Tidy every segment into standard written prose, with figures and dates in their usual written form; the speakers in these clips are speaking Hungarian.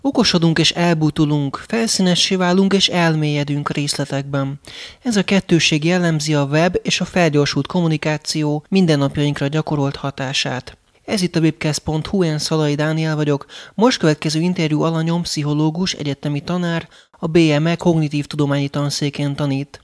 Okosodunk és elbutulunk, felszínessé válunk és elmélyedünk a részletekben. Ez a kettőség jellemzi a web és a felgyorsult kommunikáció mindennapjainkra gyakorolt hatását. Ez itt a webcast.hu, én Szalai Dániel vagyok. Most következő interjú alanyom pszichológus, egyetemi tanár, a BME kognitív tudományi tanszékén tanít.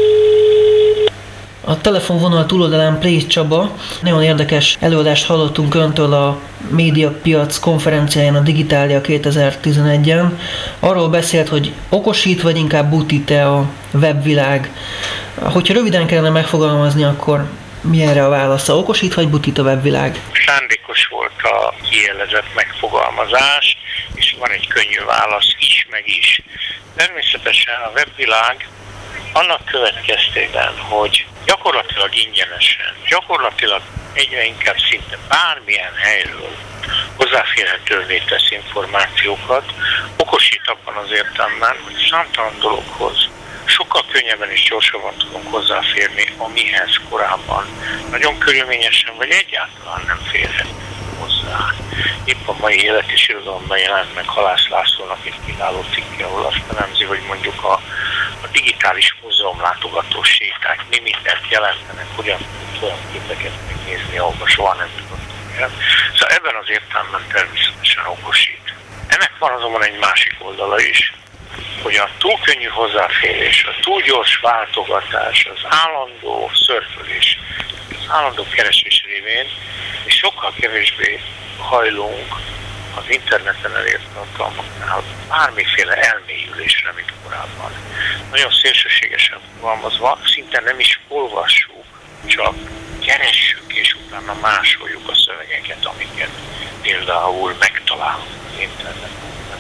A telefonvonal túloldalán Plész Csaba. Nagyon érdekes előadást hallottunk öntől a médiapiac konferenciáján, a Digitália 2011-en. Arról beszélt, hogy okosít, vagy inkább butít-e a webvilág. Hogyha röviden kellene megfogalmazni, akkor mi erre a válasza? Okosít, vagy butít a webvilág? Szándékos volt a kiélezett megfogalmazás, és van egy könnyű válasz is, meg is. Természetesen a webvilág annak következtében, hogy gyakorlatilag ingyenesen, gyakorlatilag egyre inkább szinte bármilyen helyről hozzáférhetővé tesz információkat, okosít abban az értelemben, hogy számtalan dologhoz sokkal könnyebben és gyorsabban tudunk hozzáférni, amihez korábban nagyon körülményesen vagy egyáltalán nem férhetünk hozzá. Épp a mai Élet és Irodalomban jelent meg Halász Lászlónak egy kiváló cikke, ahol azt elemzi, hogy mondjuk a digitális múzeumlátogató séták mi mindent jelentenek, hogyan tudunk olyan képeket megnézni, ahol soha nem tudottunk el. Szóval ebben az értelemben természetesen okosít. Ennek van azonban egy másik oldala is, hogy a túl könnyű hozzáférés, a túl gyors váltogatás, az állandó szörfölés, az állandó keresés révén, és sokkal kevésbé hajlunk az interneten elért tartalmaknál bármiféle elmélyülésre, mint korábban. Nagyon szélsőségesen fogalmazva, szinte nem is olvassuk, csak keressük és utána másoljuk a szövegeket, amiket például megtalálunk az interneten.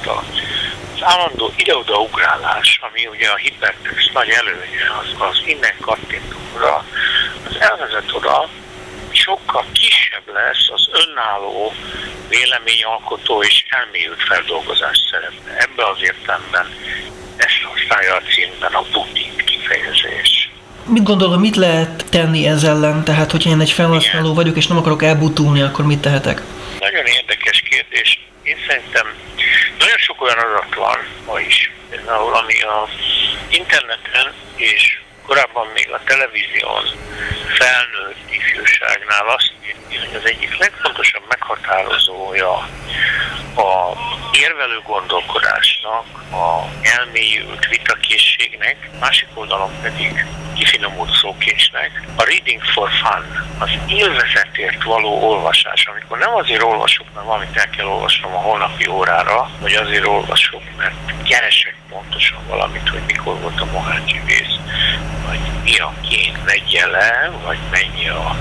Az állandó ide-oda ugrálás, ami ugye a hipertext nagy előnye, az innen kattintóra, az elvezet oda, sokkal kisebb lesz az önálló véleményalkotó és elmélyült feldolgozás szerepe. Ebben az értelemben ezt használja a címben a butít kifejezés. Mit gondolom, mit lehet tenni ez ellen? Tehát, hogyha én egy felhasználó vagyok és nem akarok elbutulni, akkor mit tehetek? Nagyon érdekes kérdés. Én szerintem nagyon sok olyan adat van ma is, például ami az interneten és korábban még a televízión felnőtt ifjúságnál azt írni, hogy az egyik legfontosabb meghatározója a érvelő gondolkodásnak, a elmélyült vitakészségnek, másik oldalon pedig kifinomult szókincsnek, a reading for fun, az élvezetért való olvasás, amikor nem azért olvasok, mert valamit el kell olvasnom a holnapi órára, vagy azért olvasok, mert keresek pontosan valamit, hogy mikor volt a Mohácsi vész, vagy mi a kén vegye le, vagy mennyi a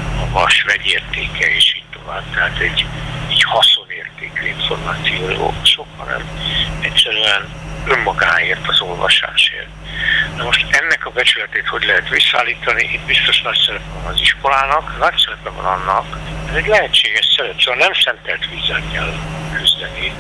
vas vegyértéke, és így tovább. Tehát egy haszonértékű információra olvasok, hanem egyszerűen önmagáért az olvasásért. Na most ennek a becsületét hogy lehet visszaállítani? Itt biztos nagy szerepe van az iskolának, nagy szerepe van annak, ez egy lehetséges szerep, szóval nem szentelt vízzel kell küzdeni,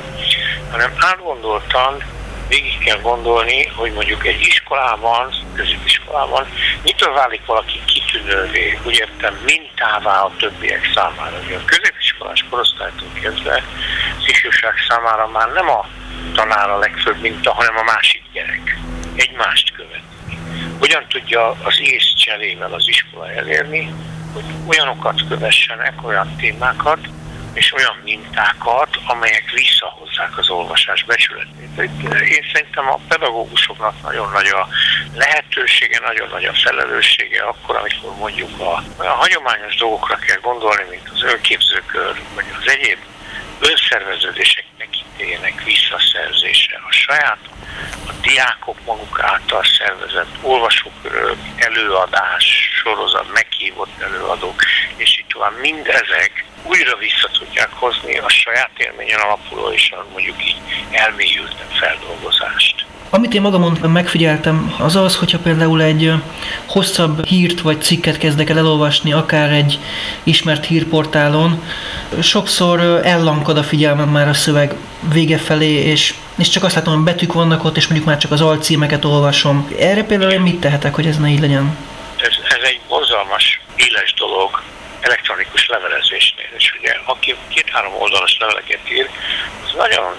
hanem átgondoltan végig kell gondolni, hogy mondjuk egy iskolában, középiskolában mitől válik valaki kitűnővé, úgy értem, mintává a többiek számára. A középiskolás korosztálytól kezdve az ifjúság számára már nem a tanár a legfőbb minta, hanem a másik gyerek. Egymást követni. Hogyan tudja az ész cserével az iskola elérni, hogy olyanokat kövessenek, olyan témákat, és olyan mintákat, amelyek visszahozzák az olvasás becsületét. Én szerintem a pedagógusoknak nagyon nagy a lehetősége, nagyon nagy a felelőssége akkor, amikor mondjuk olyan hagyományos dolgokra kell gondolni, mint az önképzőkör, vagy az egyéb önszerveződések megítélének visszaszerzése, a saját a diákok maguk által szervezett olvasókörök, előadás, sorozat, meghívott előadók, és így tovább, mindezek újra vissza tudják hozni a saját élményen alapuló és mondjuk így elmélyültebb feldolgozást. Amit én magamon megfigyeltem, az az, hogyha például egy hosszabb hírt vagy cikket kezdek el elolvasni, akár egy ismert hírportálon, sokszor ellankad a figyelmem már a szöveg vége felé, és csak azt látom, hogy betűk vannak ott, és mondjuk már csak az alcímeket olvasom. Erre például én mit tehetek, hogy ez ne így legyen? Ez egy borzalmas, éles dolog elektronikus levelezésnél, és ugye aki 2-3 oldalas leveleket ír, az nagyon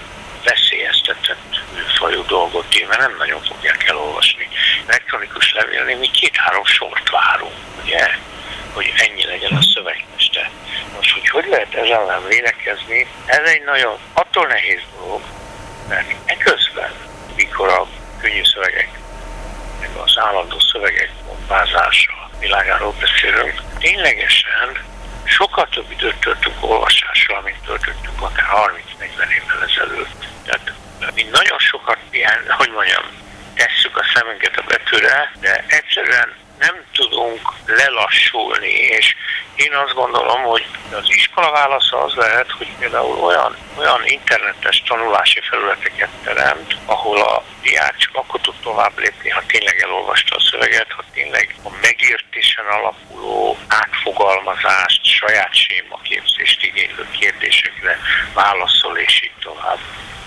veszélyeztetett műfajú dolgot ír, mert nem nagyon fogják elolvasni. Elektronikus levélnél mi 2-3 sort várunk, ugye, hogy ennyi legyen a szövegteste. Most, hogy lehet ezzel ellen védekezni, ez egy nagyon attól nehéz dolog, mert eközben, mikor a könnyű szövegek, meg az állandó szövegek bombázása világáról beszélünk, ténylegesen sokkal több időt töltünk olvasással, mint töltöttünk akár 30-40 évvel ezelőtt. Tehát mi nagyon sokat ilyen, tesszük a szemünket a betűre, de egyszerűen nem tudunk lelassulni, és én azt gondolom, hogy az iskola válasza az lehet, hogy például olyan internetes tanulási felületeket teremt, ahol a diák csak akkor tud tovább lépni, ha tényleg elolvasta a szöveget, ha tényleg a megértésen alapuló átfogalmazást, saját sémaképzést igénylő kérdésekre válaszol, és így tovább.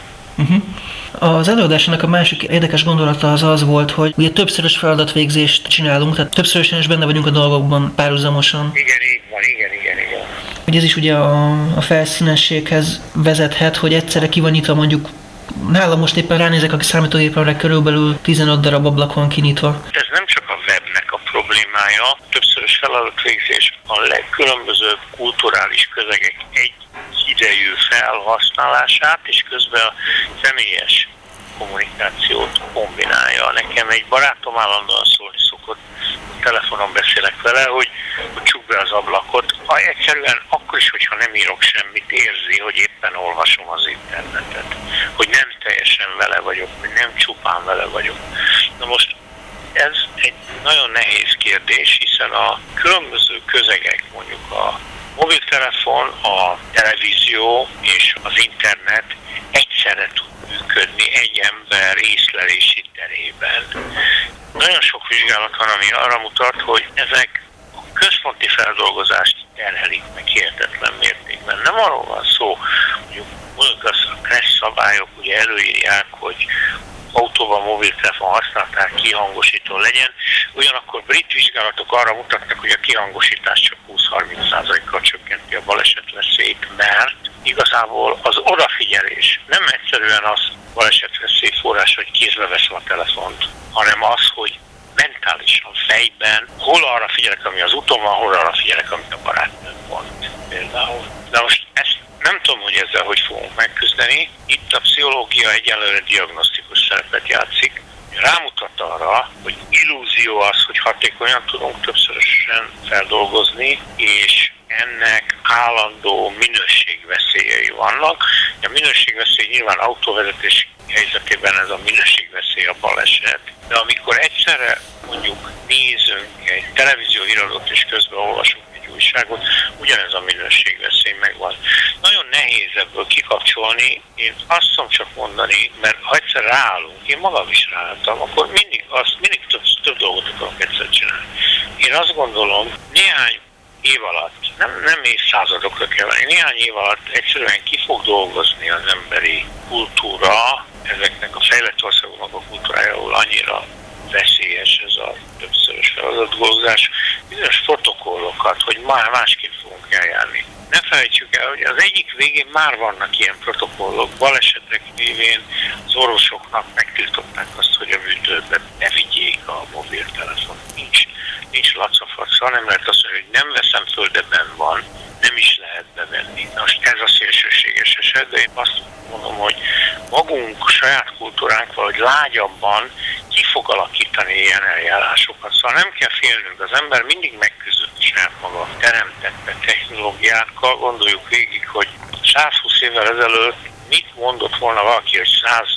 Az előadásának a másik érdekes gondolata az volt, hogy ugye többszörös feladatvégzést csinálunk, tehát többszörösen is benne vagyunk a dolgokban párhuzamosan. Igen, így van, igen. Hogy ez is ugye a felszínességhez vezethet, hogy egyszerre ki van nyitva mondjuk, nálam most éppen ránézek a számítógépemre, körülbelül 15 darab ablak van kinyitva. Ez nem csak a webnek a problémája, többszörös feladatvégzés a legkülönbözőbb kulturális közegek egy idejű felhasználását, és közben a személyes kommunikációt kombinálja. Nekem egy barátom állandóan szólni szokott, telefonon beszélek vele, hogy csukd be az ablakot. Egyszerűen akkor is, hogyha nem írok semmit, érzi, hogy éppen olvasom az internetet. Hogy nem teljesen vele vagyok, hogy nem csupán vele vagyok. Na most ez egy nagyon nehéz kérdés, hiszen a különböző közegek, mondjuk a mobiltelefon, a televízió és az internet egyszerre tud működni egy ember észlelési terében. Nagyon sok vizsgálat van, ami arra mutat, hogy ezek a központi feldolgozást terhelik meg hihetetlen mértékben. Nem arról van szó, mondjuk a kressz szabályok ugye előírják, hogy autóban mobiltelefon használatán kihangosító legyen, ugyanakkor brit vizsgálatok arra mutatnak, hogy a kihangosítás csak 20-30%-kal csökkenti a balesetveszélyt, mert igazából az odafigyelés nem egyszerűen az balesetveszély forrás, hogy kézbe veszem a telefont, hanem az, hogy mentálisan, fejben, hol arra figyelek, ami az úton van, hol arra figyelek, amit a barátnőm mond például. De most ezt nem tudom, hogy ezzel hogy fogunk megküzdeni. Itt a pszichológia egyelőre diagnosztikus szerepet játszik. Rámutat arra, hogy illúzió az, hogy hatékonyan tudunk többszörösen feldolgozni, és ennek állandó minőségveszélyei vannak. A minőségveszély nyilván autóvezetés helyzetében ez a minőségveszély a baleset, de amikor egyszerre mondjuk nézünk egy televízió híradót és közben olvasunk egy újságot, ugyanez a minőségveszély megvan. Nagyon nehéz ebből kikapcsolni, én azt tudom csak mondani, mert ha egyszer ráállunk, én magam is ráálltam, akkor mindig több dolgot akarok egyszer csinálni. Én azt gondolom, néhány év alatt, nem évszázadokra kell venni, néhány év alatt egyszerűen ki fog dolgozni az emberi kultúra, ezeknek a fejlett országoknak a kultúrája, ahol annyira veszélyes ez a többszörös feladatgózás, bizonyos protokollokat, hogy már másképp fogunk eljárni. Ne felejtsük el, hogy az egyik végén már vannak ilyen protokollok, balesetek révén az orvosoknak megtiltották azt, hogy a műtőbe bevigyék a mobiltelefont. Nincs lacafaca, nem lehet azt mondani, hogy nem veszem föl, de benn van, nem is lehet bevenni. Most ez a szélsőséges eset, de én azt mondom, hogy magunk, saját kultúránk valahogy lágyabban ki fog alakítani ilyen eljárásokat. Szóval nem kell félnünk, az ember mindig megküzdött saját maga teremtette technológiákkal. Gondoljuk végig, hogy 120 évvel ezelőtt mit mondott volna valaki, hogy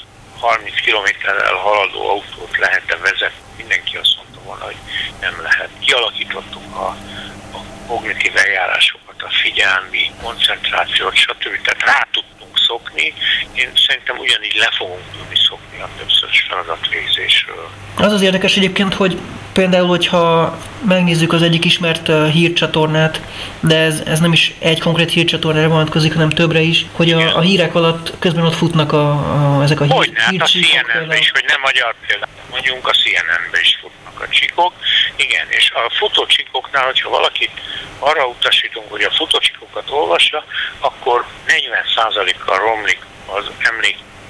130 kilométerrel haladó autót lehet-e vezetni. Mindenki azt mondta volna, hogy nem lehet. Kialakítottuk a kognitív eljárásokat, a figyelmi, koncentrációt, stb. Tehát rá tudtunk szokni. Én szerintem ugyanígy le fogunk tudni szokni a többszörös feladatvégzésről. Az érdekes egyébként, hogy például, hogyha megnézzük az egyik ismert hírcsatornát, de ez nem is egy konkrét hírcsatornára vonatkozik, hanem többre is, hogy a hírek alatt közben ott futnak ezek a hírcsíkok. Hát a CNN-be is, hogy nem magyar példát mondjunk, a CNN-be is futnak a csíkok. Igen, és a futócsíkoknál, hogyha valakit arra utasítunk, hogy a futócsíkokat olvassa, akkor 40%-kal romlik az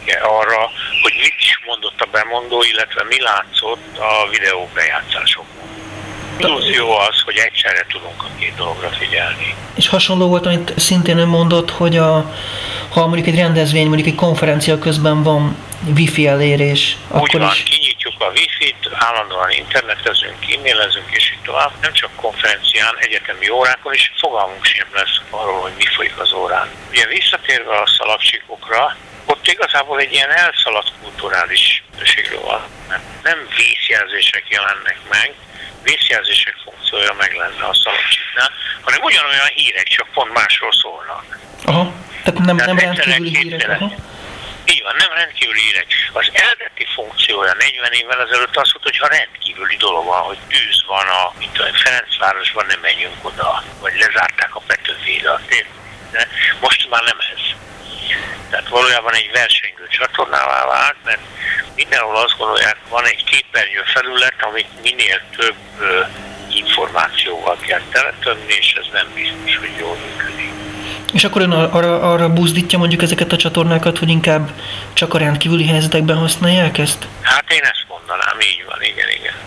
arra, hogy mit is mondott a bemondó, illetve mi látszott a videó bejátszásokon. Illúzió az, hogy egyszerre tudunk a két dologra figyelni. És hasonló volt, amit szintén ön mondott, hogy ha mondjuk egy rendezvény, mondjuk egy konferencia közben van wifi elérés, akkor úgy van, is... kinyitjuk a wifi-t, állandóan internetezünk, e-mailezünk és így tovább. Nem csak konferencián, egyetemi órákon is fogalmunk sem lesz arról, hogy mi folyik az órán. Ugye visszatérve a szalagcsíkokra, ott igazából egy ilyen elszaladt kulturális minőségről van, mert nem vészjelzések jelennek meg, vészjelzések funkciója meg lenne a szalagcsíknál, hanem ugyanolyan hírek, csak pont másról szólnak. Aha, tehát nem rendkívüli hírek. Aha. Így van, nem rendkívüli hírek. Az eredeti funkciója 40 évvel ezelőtt az volt, hogyha rendkívüli dolog van, hogy tűz van mint a Ferencvárosban, nem menjünk oda, vagy lezárták a Petőfi-hidat. De most már nem ez. Tehát valójában egy versengő csatornává vált, mert mindenhol azt gondolják, van egy képernyő felület, amit minél több információval kell teletömni, és ez nem biztos, hogy jól működik. És akkor ön arra buzdítja mondjuk ezeket a csatornákat, hogy inkább csak a rendkívüli helyzetekben használják ezt? Hát én ezt mondanám, így van, igen.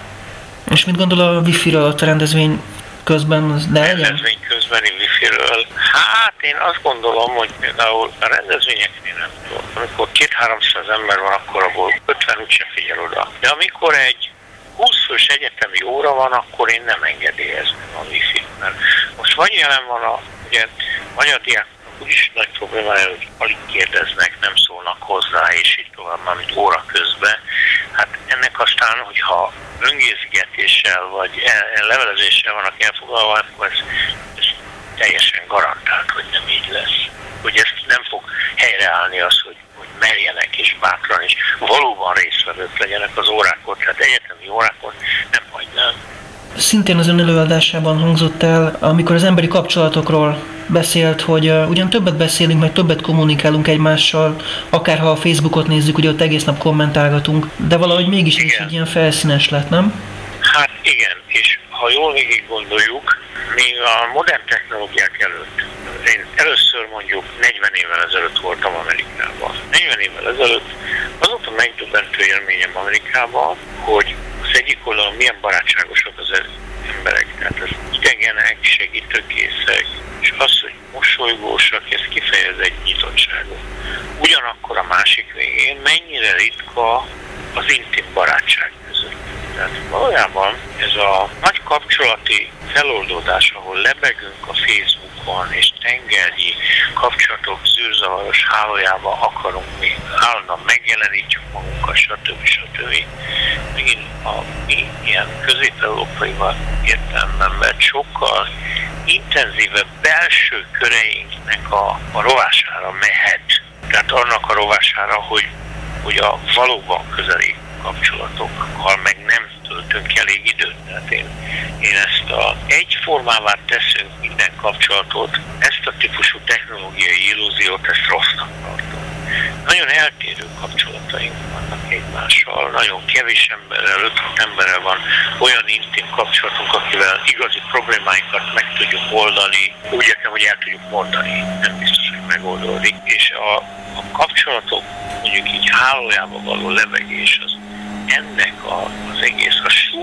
És mit gondol a wifi-ről a rendezvény közben? A rendezvény közbeni wifi-ről? Hát én azt gondolom, hogy például a rendezvényeknél nem tudom. Amikor 200-300 ember van, akkor abból 50 úgyse figyel oda. De amikor egy 20 fős egyetemi óra van, akkor én nem engedélyezem a wifi-t. Mert most vagy jelen van ugye magyar diákok úgyis nagy problémája, hogy alig kérdeznek, nem szólnak hozzá, és így tovább, mármint óra közben. Hát ennek aztán, hogyha öngézgetéssel vagy levelezéssel vannak elfoglalva, akkor ez teljesen garantált, hogy nem így lesz. Hogy ezt nem fog helyreállni az, hogy merjenek és bátran, és valóban résztvevők legyenek az órákon, tehát egyetemi órákon nem hagynám. Szintén az ön előadásában hangzott el, amikor az emberi kapcsolatokról beszélt, hogy ugyan többet beszélünk, meg többet kommunikálunk egymással, akárha a Facebookot nézzük, ugye ott egész nap kommentálgatunk, de valahogy mégis is egy ilyen felszínes lett, nem? Hát igen, és ha jól végig gondoljuk, még a modern technológiák előtt, én először mondjuk 40 évvel ezelőtt voltam Amerikában. 40 évvel ezelőtt az volt a megdöbbentő élményem Amerikában, hogy az egyik oldalon milyen barátságosak az emberek, tehát az idegenek, segítőkészek, és az, hogy mosolygósak, ez kifejez egy nyitottságot. Ugyanakkor a másik végén mennyire ritka az intim barátság között. Tehát valójában ez a nagy kapcsolati feloldódás, ahol lebegünk a Facebookon, és tengelnyi kapcsolatok zűrzavaros hálójában akarunk mi állandóan megjelenítjük magunkat, stb. Megint a mi ilyen közép-európai értelemben vett sokkal intenzívebb belső köreinknek a rovására mehet. Tehát annak a rovására, hogy a valóban közeli kapcsolatokkal meg nem töltünk elég időt. Tehát én ezt egyformává teszünk minden kapcsolatot, ezt a típusú technológiai illúziót, ezt rossznak tartom. Nagyon eltérő kapcsolataink vannak egymással, nagyon kevés emberrel, 5-6 emberrel van olyan intim kapcsolatunk, akivel igazi problémáinkat meg tudjuk oldani, úgy értem, hogy el tudjuk mondani, nem biztos, hogy megoldódik. És a kapcsolatok, mondjuk így hálójában való levegés, az ennek az egész,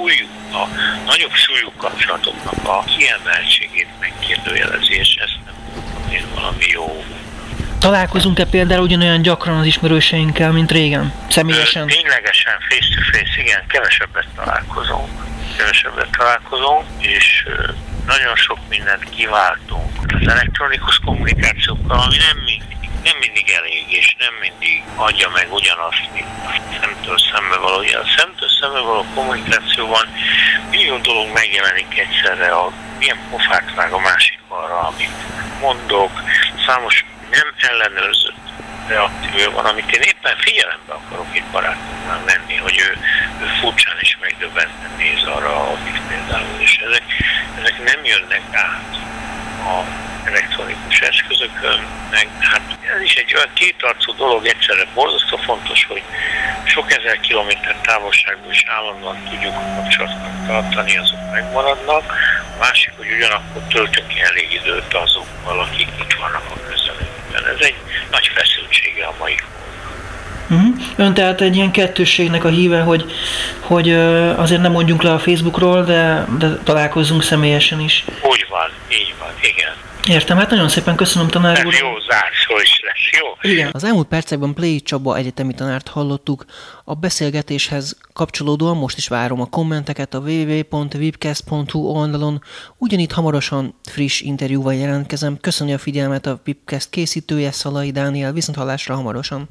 a nagyobb súlyú kapcsolatoknak a kiemeltségét megkérdőjelezi, és ezt nem tudom én valami jó. Találkozunk-e például ugyanolyan gyakran az ismerőseinkkel, mint régen? Személyesen? Ténylegesen, face-to-face, igen, kevesebbet találkozunk, és nagyon sok mindent kiváltunk. Az elektronikus kommunikációkkal, ami nem mindig elég, és nem mindig adja meg ugyanazt, mint a szemtől szembe való. Ugye a szemtől szembe való kommunikációban millió dolog megjelenik egyszerre, milyen pofát vág a másik arra, amit mondok, számos nem ellenőrzött reaktív van, amit én éppen figyelembe akarok itt barátomnál venni, hogy ő furcsán és megdöbbenten néz arra, amit például, és ezek nem jönnek át a elektronikus eszközökön, meg hát ez is egy olyan kétarcú dolog, egyszerre borzasztó fontos, hogy sok ezer kilométer távolságból is állandóan tudjuk a kapcsolatokat tartani, azok megmaradnak. A másik, hogy ugyanakkor töltünk elég időt azokkal, akik itt vannak a közelünkben. Ez egy nagy feszültsége a mai kornak. Ön tehát egy ilyen kettősségnek a híve, hogy azért nem mondjunk le a Facebookról, de találkozzunk személyesen is. Úgy van, így van, igen. Értem, hát nagyon szépen köszönöm, tanár úr. Ez jó zárszó is lesz, jó? Igen. Az elmúlt percekben Play Csaba egyetemi tanárt hallottuk. A beszélgetéshez kapcsolódóan most is várom a kommenteket a www.vipcast.hu oldalon. Ugyanitt hamarosan friss interjúval jelentkezem. Köszönjük a figyelmet a Vipcast készítője, Szalai Dániel. Viszonthallásra hamarosan.